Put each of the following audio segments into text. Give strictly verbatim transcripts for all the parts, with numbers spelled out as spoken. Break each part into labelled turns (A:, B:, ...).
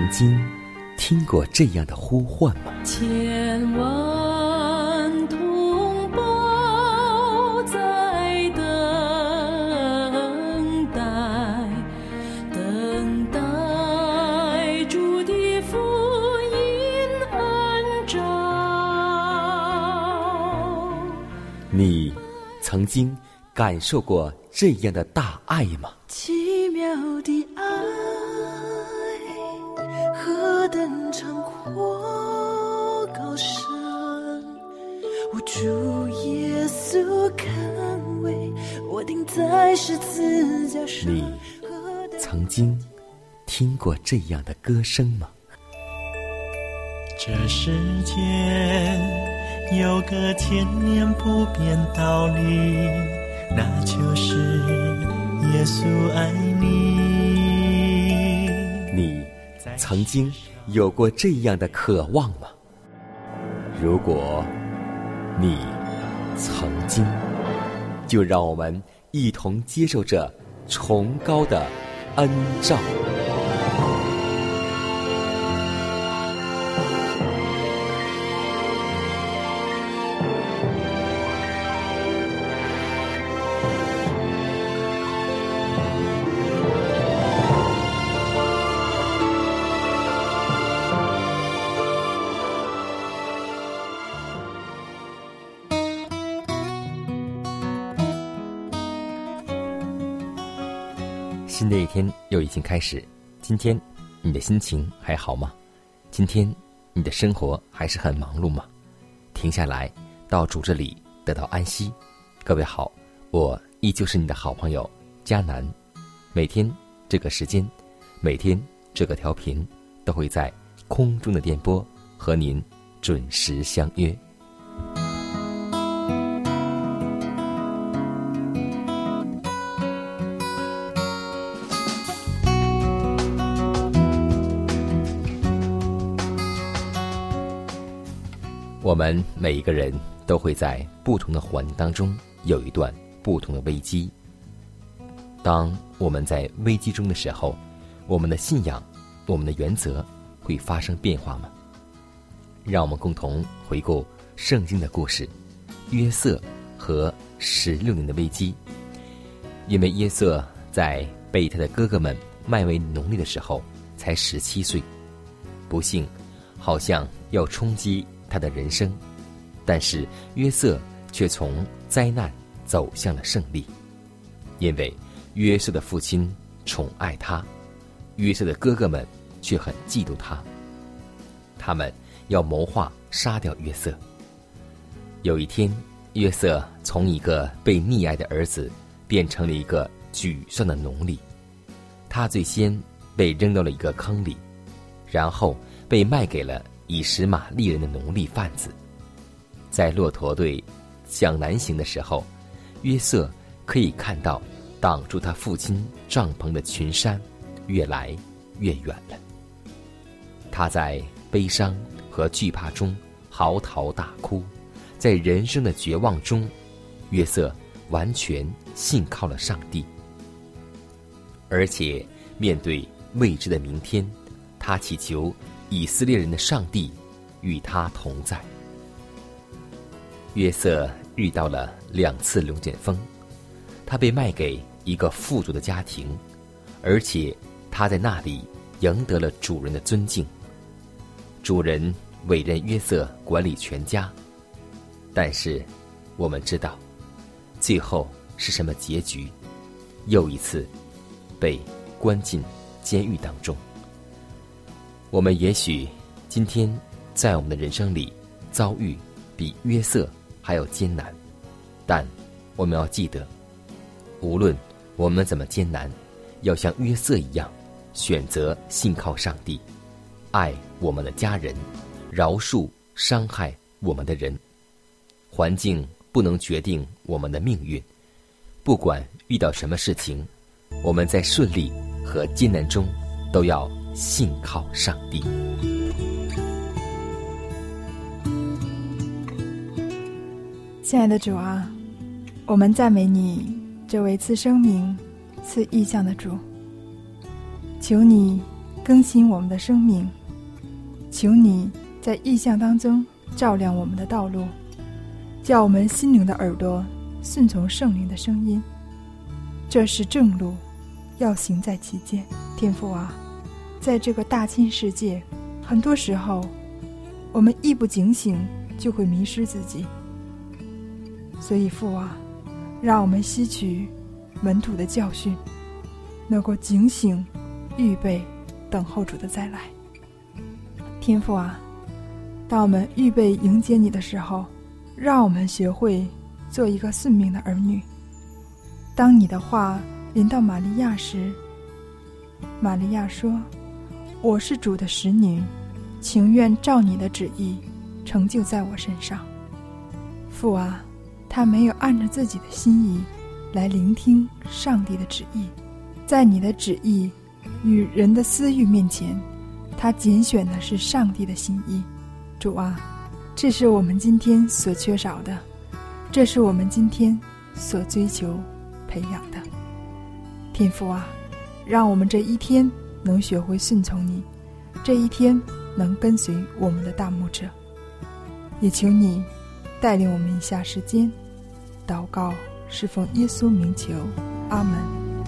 A: 曾经听过这样的呼唤吗？
B: 千万同胞在等待，等待主的福音恩召。
A: 你曾经感受过这样的大爱吗？
B: 奇妙的爱，何等长阔高深，我主耶稣看为我钉在十字架上。
A: 你曾经听过这样的歌声吗？
C: 这世间有个千年不变道理，那就是耶稣爱你。
A: 你曾经有过这样的渴望吗？如果你曾经，就让我们一同接受这崇高的恩召。新的一天又已经开始，今天你的心情还好吗？今天你的生活还是很忙碌吗？停下来，到主这里得到安息。各位好，我依旧是你的好朋友迦南。每天这个时间，每天这个调频，都会在空中的电波和您准时相约。我们每一个人都会在不同的环境当中有一段不同的危机。当我们在危机中的时候，我们的信仰，我们的原则会发生变化吗？让我们共同回顾圣经的故事，约瑟和十六年的危机。因为约瑟在被他的哥哥们卖为奴隶的时候才十七岁，不幸好像要冲击他的人生，但是约瑟却从灾难走向了胜利。因为约瑟的父亲宠爱他，约瑟的哥哥们却很嫉妒他，他们要谋划杀掉约瑟。有一天，约瑟从一个被溺爱的儿子变成了一个沮丧的奴隶。他最先被扔到了一个坑里，然后被卖给了以实玛利人的奴隶贩子。在骆驼队向南行的时候，约瑟可以看到挡住他父亲帐篷的群山越来越远了。他在悲伤和惧怕中嚎啕大哭，在人生的绝望中，约瑟完全信靠了上帝，而且面对未知的明天，他祈求以色列人的上帝与他同在。约瑟遇到了两次龙卷风，他被卖给一个富足的家庭，而且他在那里赢得了主人的尊敬。主人委任约瑟管理全家，但是我们知道最后是什么结局，又一次被关进监狱当中。我们也许今天在我们的人生里遭遇比约瑟还要艰难，但我们要记得，无论我们怎么艰难，要像约瑟一样选择信靠上帝，爱我们的家人，饶恕伤害我们的人。环境不能决定我们的命运，不管遇到什么事情，我们在顺利和艰难中都要信靠上帝。
D: 亲爱的主啊，我们赞美你，这位赐生命、赐异象的主。求你更新我们的生命。求你在异象当中照亮我们的道路，叫我们心灵的耳朵顺从圣灵的声音。这是正路，要行在其间。天父啊，在这个大千世界，很多时候我们一不警醒就会迷失自己。所以父啊，让我们吸取门徒的教训，能够警醒预备等候主的再来。天父啊，当我们预备迎接你的时候，让我们学会做一个顺命的儿女。当你的话临到玛利亚时，玛利亚说，我是主的使女，情愿照你的旨意成就在我身上。父啊，他没有按照自己的心意来聆听上帝的旨意，在你的旨意与人的私欲面前，他拣选的是上帝的心意。主啊，这是我们今天所缺少的，这是我们今天所追求培养的。天父啊，让我们这一天能学会顺从你，这一天能跟随我们的大牧者。也求你带领我们以下时间祷告，是奉耶稣名求，阿门。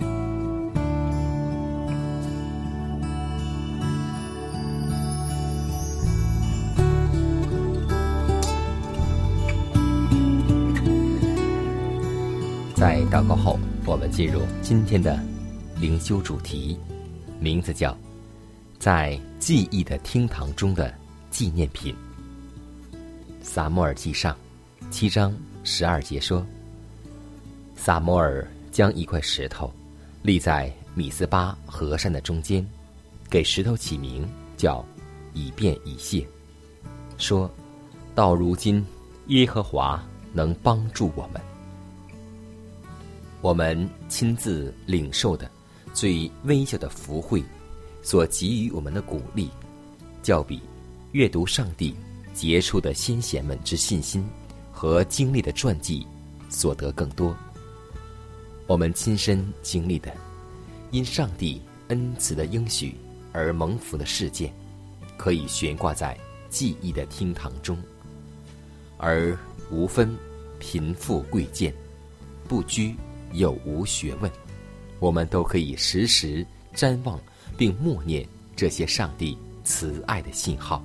A: 在祷告后，我们进入今天的灵修主题，名字叫在记忆的厅堂中的纪念品。撒母耳记上七章十二节说，撒母耳将一块石头立在米斯巴河山的中间，给石头起名叫以便以谢，说到如今耶和华能帮助我们。我们亲自领受的最微小的福惠所给予我们的鼓励，较比阅读上帝杰出的先贤们之信心和经历的传记所得更多。我们亲身经历的因上帝恩慈的应许而蒙福的事件，可以悬挂在记忆的厅堂中，而无分贫富贵贱，不拘有无学问，我们都可以时时瞻望并默念这些上帝慈爱的信号。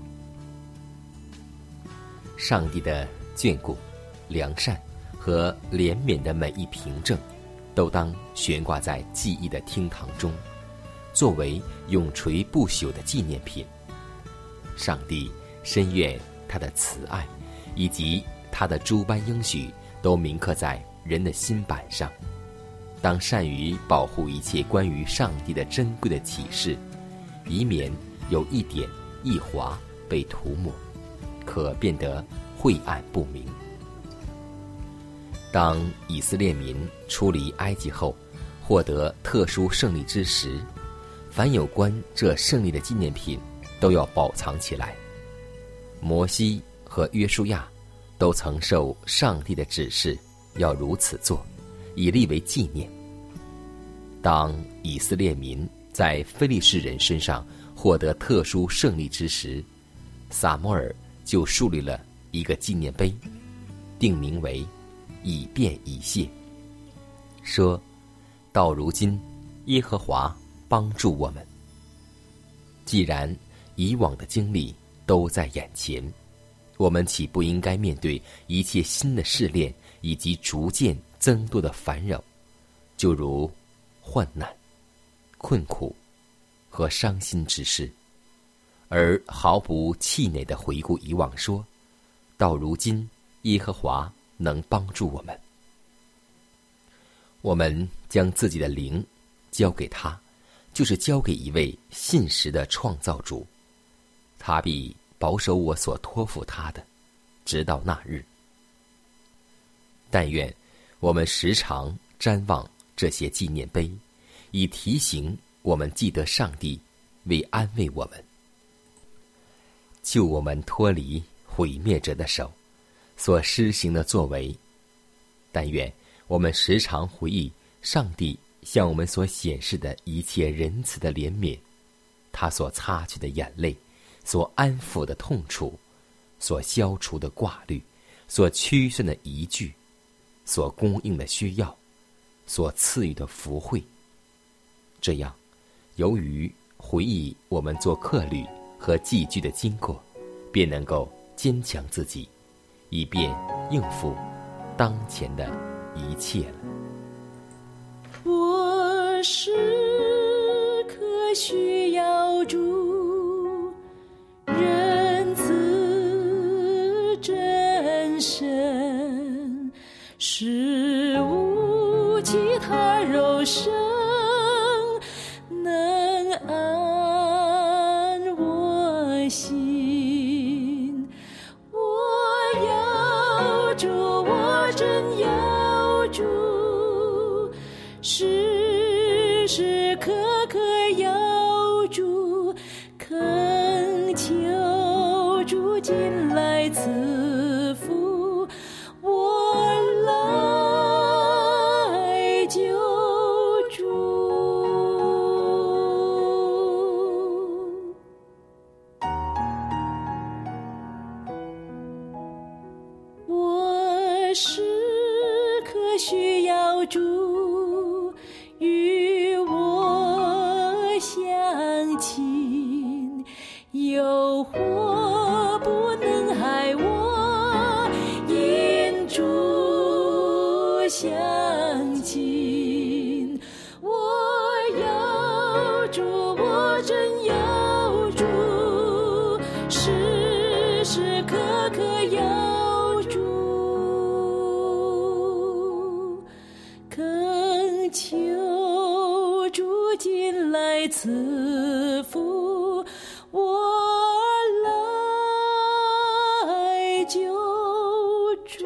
A: 上帝的眷顾、良善和怜悯的每一凭证，都当悬挂在记忆的厅堂中，作为永垂不朽的纪念品。上帝深愿他的慈爱以及他的诸般应许都铭刻在人的心板上，当善于保护一切关于上帝的珍贵的启示，以免有一点一划被涂抹，可变得晦暗不明。当以色列民出离埃及后获得特殊胜利之时，凡有关这胜利的纪念品都要保藏起来。摩西和约书亚都曾受上帝的指示要如此做，以立为纪念。当以色列民在非利士人身上获得特殊胜利之时，撒母耳就树立了一个纪念碑，定名为以便以谢，说到如今耶和华帮助我们。既然以往的经历都在眼前，我们岂不应该面对一切新的试炼以及逐渐增多的烦扰，就如患难、困苦和伤心之事，而毫不气馁地回顾以往，说到如今耶和华能帮助我们。我们将自己的灵交给他，就是交给一位信实的创造主，他必保守我所托付他的，直到那日。但愿我们时常瞻望这些纪念碑，以提醒我们记得上帝为安慰我们，救我们脱离毁灭者的手所施行的作为。但愿我们时常回忆上帝向我们所显示的一切仁慈的怜悯， 他所擦去的眼泪，所安抚的痛楚，所消除的挂虑，所驱散的疑惧，所供应的需要，所赐予的福惠。这样，由于回忆我们做客旅和寄居的经过，便能够坚强自己，以便应付当前的一切了。
B: 我时刻需要主仁慈真神，使无其他肉身能安我心。我要主，我真要主，时时刻刻要主，恳求主进来赐福，我来救主。我时刻需要主与我相亲，诱惑不能害我，因主相亲。我要主，我真要主，时时刻刻要主，恳求主进来赐福，我来救主。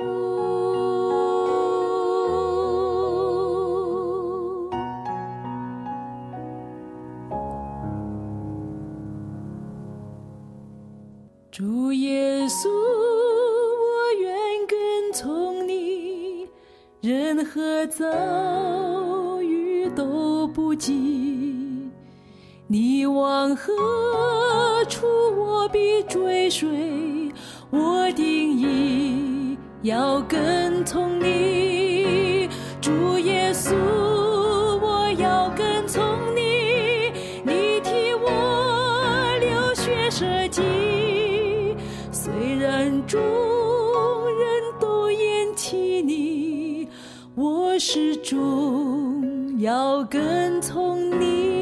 B: 主耶稣，我愿跟从你，任何遭遇都不及，你往何处我必追随，我定义要跟从你。主耶稣，我要跟从你，你替我流血舍己，虽然众人都厌弃你，我始终要跟从你。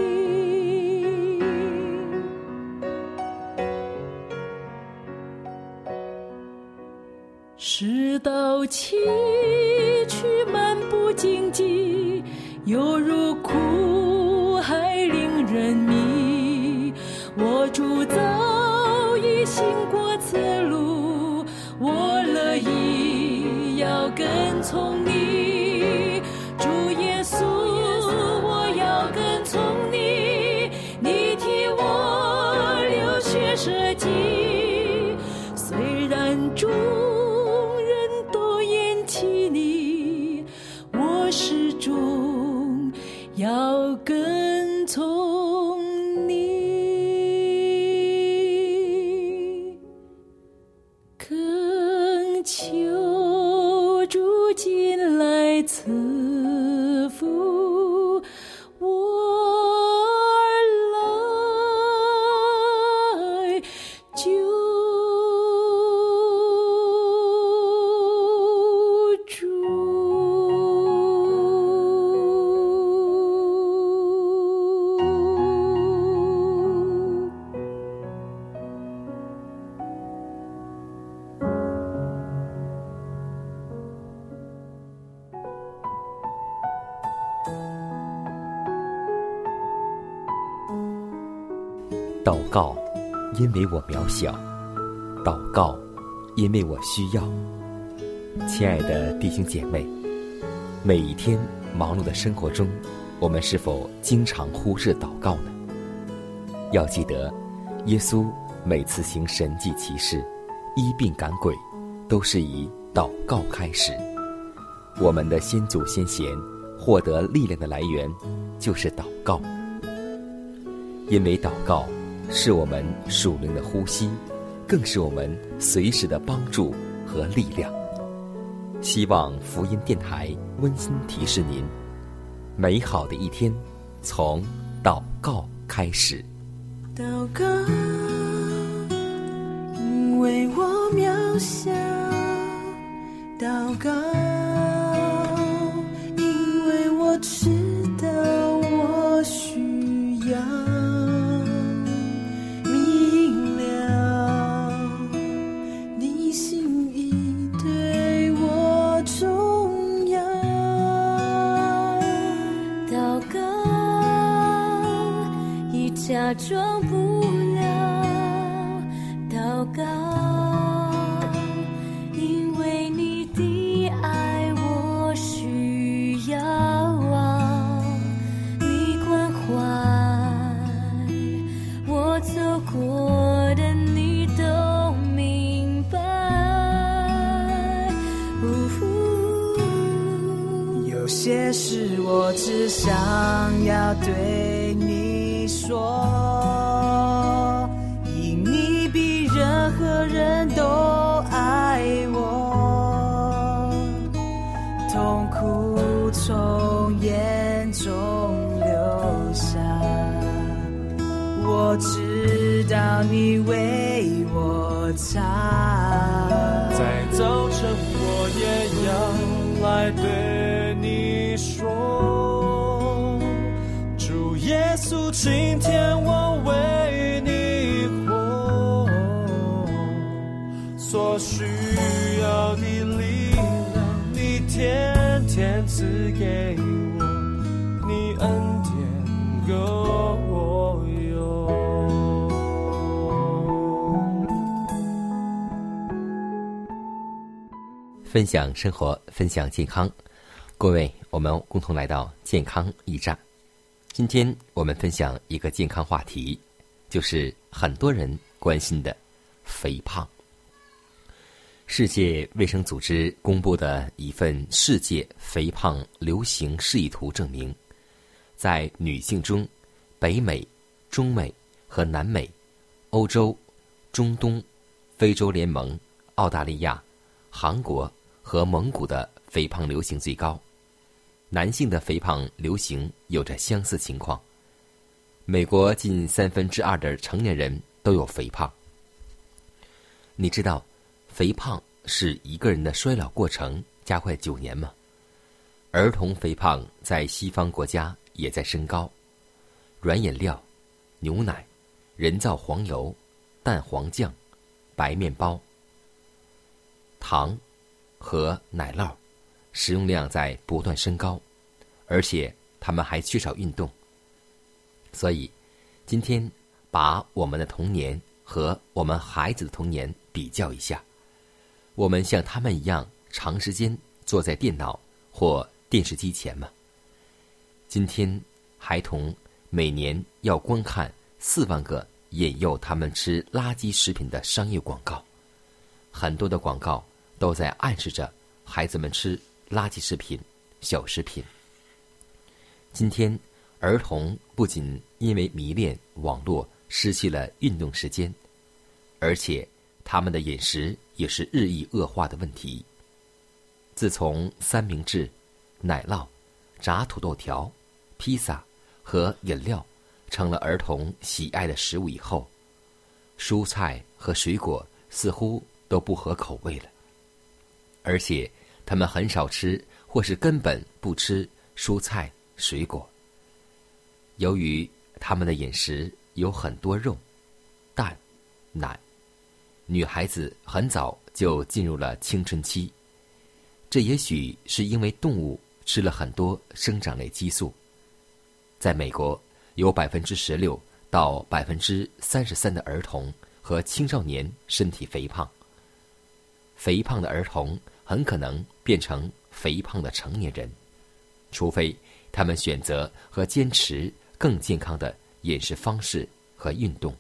B: 世道崎岖漫不经济，犹如苦海令人迷，我主早已行过此路，我乐意要跟从你。主耶稣，我要跟从你，你替我流血舍己，虽然众人都厌弃你，我始终要跟从你。恳求主进来赐福，我来救主。
A: 祷告，因为我渺小；祷告，因为我需要。亲爱的弟兄姐妹，每一天忙碌的生活中，我们是否经常忽视祷告呢？要记得，耶稣每次行神迹奇事、医病赶鬼，都是以祷告开始。我们的先祖先贤获得力量的来源就是祷告。 因为祷告是我们属灵的呼吸，更是我们随时的帮助和力量。希望福音电台温馨提示您，美好的一天从祷告开始。
B: 祷告，因为我渺小；祷告，因为我知道我需要明了你心意对我重要。
E: 祷告，已假装不了；祷告，因为你的爱我需要啊，你关怀我走过的你都明白。
B: 有些事我只想要对你说，因你比任何人都爱我，痛苦从眼中流下，我知道你为我擦。
C: 在早晨我也要来对你说，主耶稣，今天我为你活，所需要的力量你天天赐给我，你恩典够我用。
A: 分享生活，分享健康，各位，我们共同来到健康驿站。今天我们分享一个健康话题，就是很多人关心的肥胖。世界卫生组织公布的一份世界肥胖流行示意图证明，在女性中，北美、中美和南美、欧洲、中东、非洲联盟、澳大利亚、韩国和蒙古的肥胖流行最高。男性的肥胖流行有着相似情况，美国近三分之二的成年人都有肥胖。你知道肥胖是一个人的衰老过程加快九年吗？儿童肥胖在西方国家也在升高，软饮料、牛奶、人造黄油、蛋黄酱、白面包、糖和奶酪使用量在不断升高，而且他们还缺少运动。所以今天把我们的童年和我们孩子的童年比较一下，我们像他们一样长时间坐在电脑或电视机前吗？今天孩童每年要观看四万个引诱他们吃垃圾食品的商业广告，很多的广告都在暗示着孩子们吃垃圾食品、小食品。今天儿童不仅因为迷恋网络失去了运动时间，而且他们的饮食也是日益恶化的问题。自从三明治、奶酪、炸土豆条、披萨和饮料成了儿童喜爱的食物以后，蔬菜和水果似乎都不合口味了，而且他们很少吃或是根本不吃蔬菜水果。由于他们的饮食有很多肉、蛋、奶，女孩子很早就进入了青春期。这也许是因为动物吃了很多生长类激素。在美国，有百分之十六到百分之三十三的儿童和青少年身体肥胖。肥胖的儿童很可能变成肥胖的成年人，除非他们选择和坚持更健康的饮食方式和运动。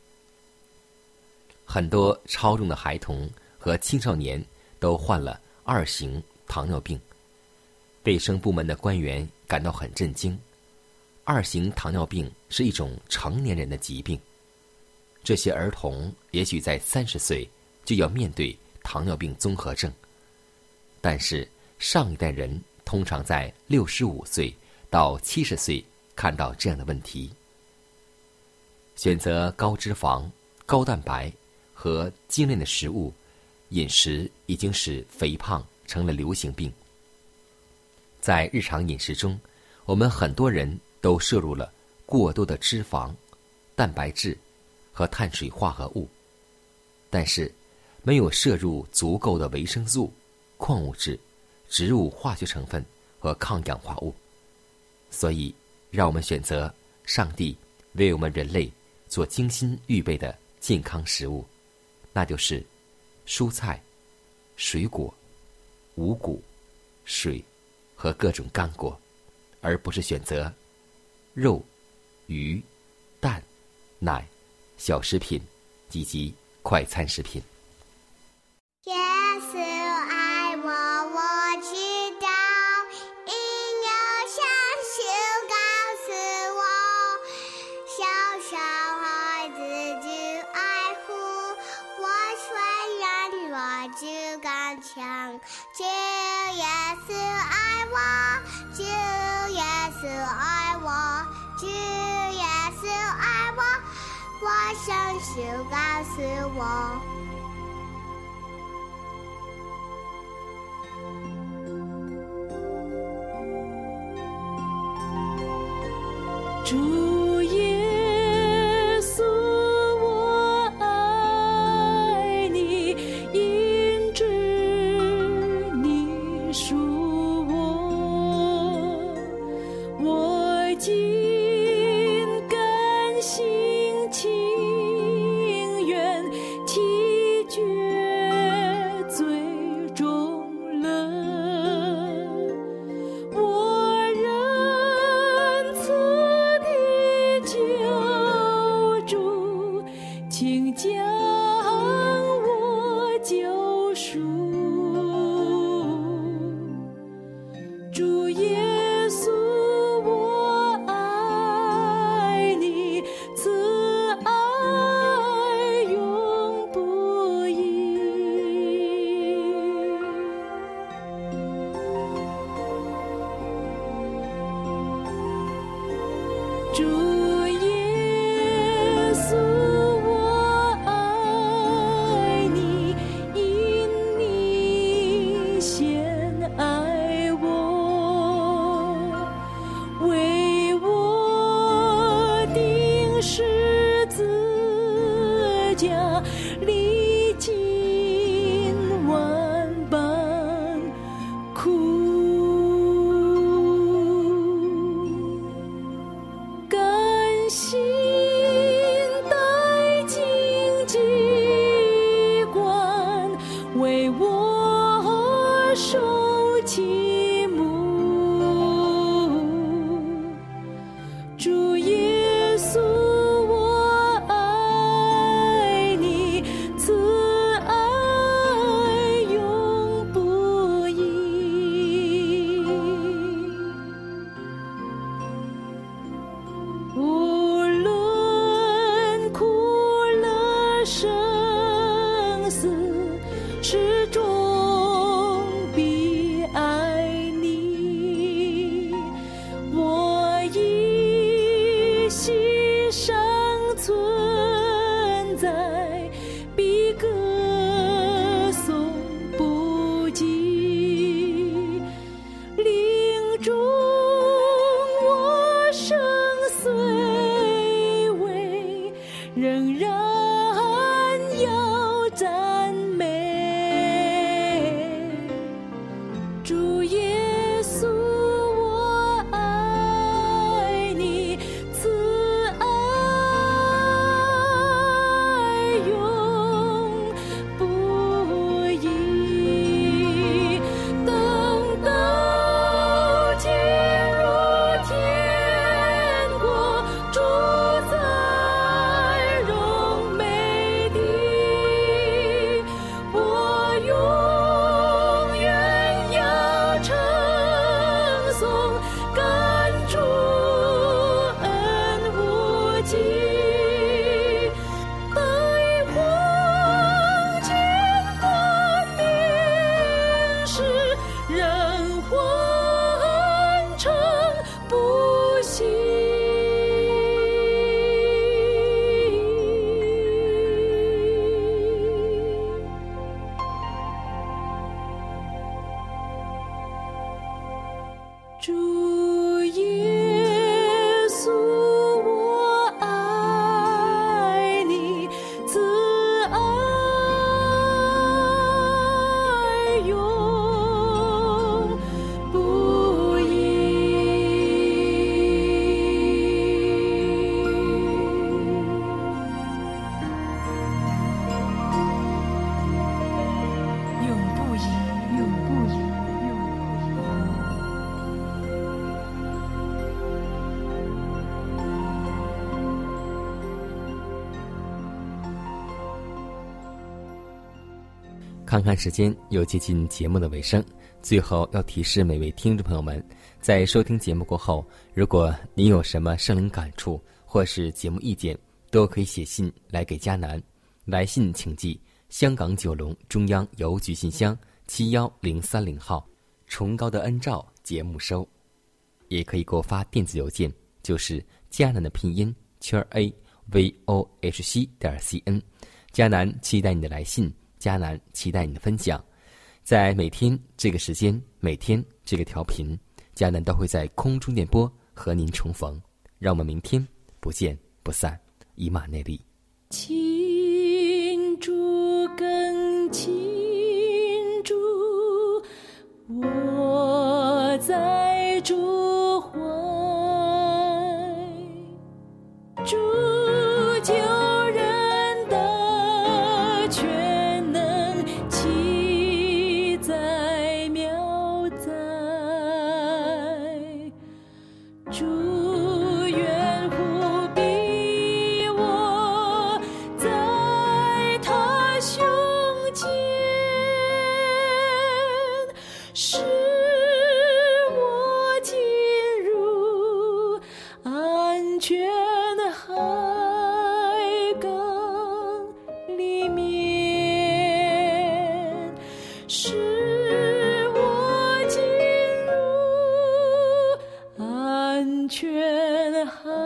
A: 很多超重的孩童和青少年都患了二型糖尿病。卫生部门的官员感到很震惊， 二型糖尿病是一种成年人的疾病，这些儿童也许在三十岁就要面对糖尿病综合症，但是上一代人通常在六十五岁到七十岁看到这样的问题。选择高脂肪、高蛋白和精炼的食物，饮食已经使肥胖成了流行病。在日常饮食中，我们很多人都摄入了过多的脂肪、蛋白质和碳水化合物，但是没有摄入足够的维生素、矿物质、植物化学成分和抗氧化物。所以让我们选择上帝为我们人类做精心预备的健康食物，那就是蔬菜、水果、五谷、水和各种干果，而不是选择肉、鱼、蛋、奶、小食品以及快餐食品。
F: 耶稣爱我，我知道，因有伤心告诉我，小小孩子只爱护我，虽然我只刚强，只耶稣爱我，只耶稣爱我，只耶稣爱我，我伤心告诉我。
B: 主耶稣，我爱你，因知你属我，我今甘心情愿弃绝最终了。我仁慈的救主，请将我救赎。主耶稣，我爱你，慈爱永不移。主耶稣，我爱你，因你先爱我，为我钉十字架，历尽万般苦。甘心带荆棘冠，为我受其母。主耶稣，我爱你，慈爱永不移。无论苦乐生死，始终必爱你。我一息尚存在，必歌颂不尽。灵中我生虽微，仍然要赞美。主耶稣，我爱你，慈爱永不移。等到进入天国，住在荣
A: 看看时间，又接近节目的尾声。最后要提示每位听众朋友们，在收听节目过后，如果您有什么圣灵感触或是节目意见，都可以写信来给迦南。来信请寄香港九龙中央邮局信箱七幺零三零号，崇高的恩照节目收。也可以给我发电子邮件，就是迦南的拼音圈 a v o h c 点 c n。迦南期待你的来信，迦南期待你的分享。在每天这个时间，每天这个调频，迦南都会在空中电波和您重逢。让我们明天不见不散，以马内利。
E: 亲主更亲主，我在主怀，主救人的全能，奇在妙在，主远乎比我在他胸前，使我进入安全的海港里面，使我进入安全的海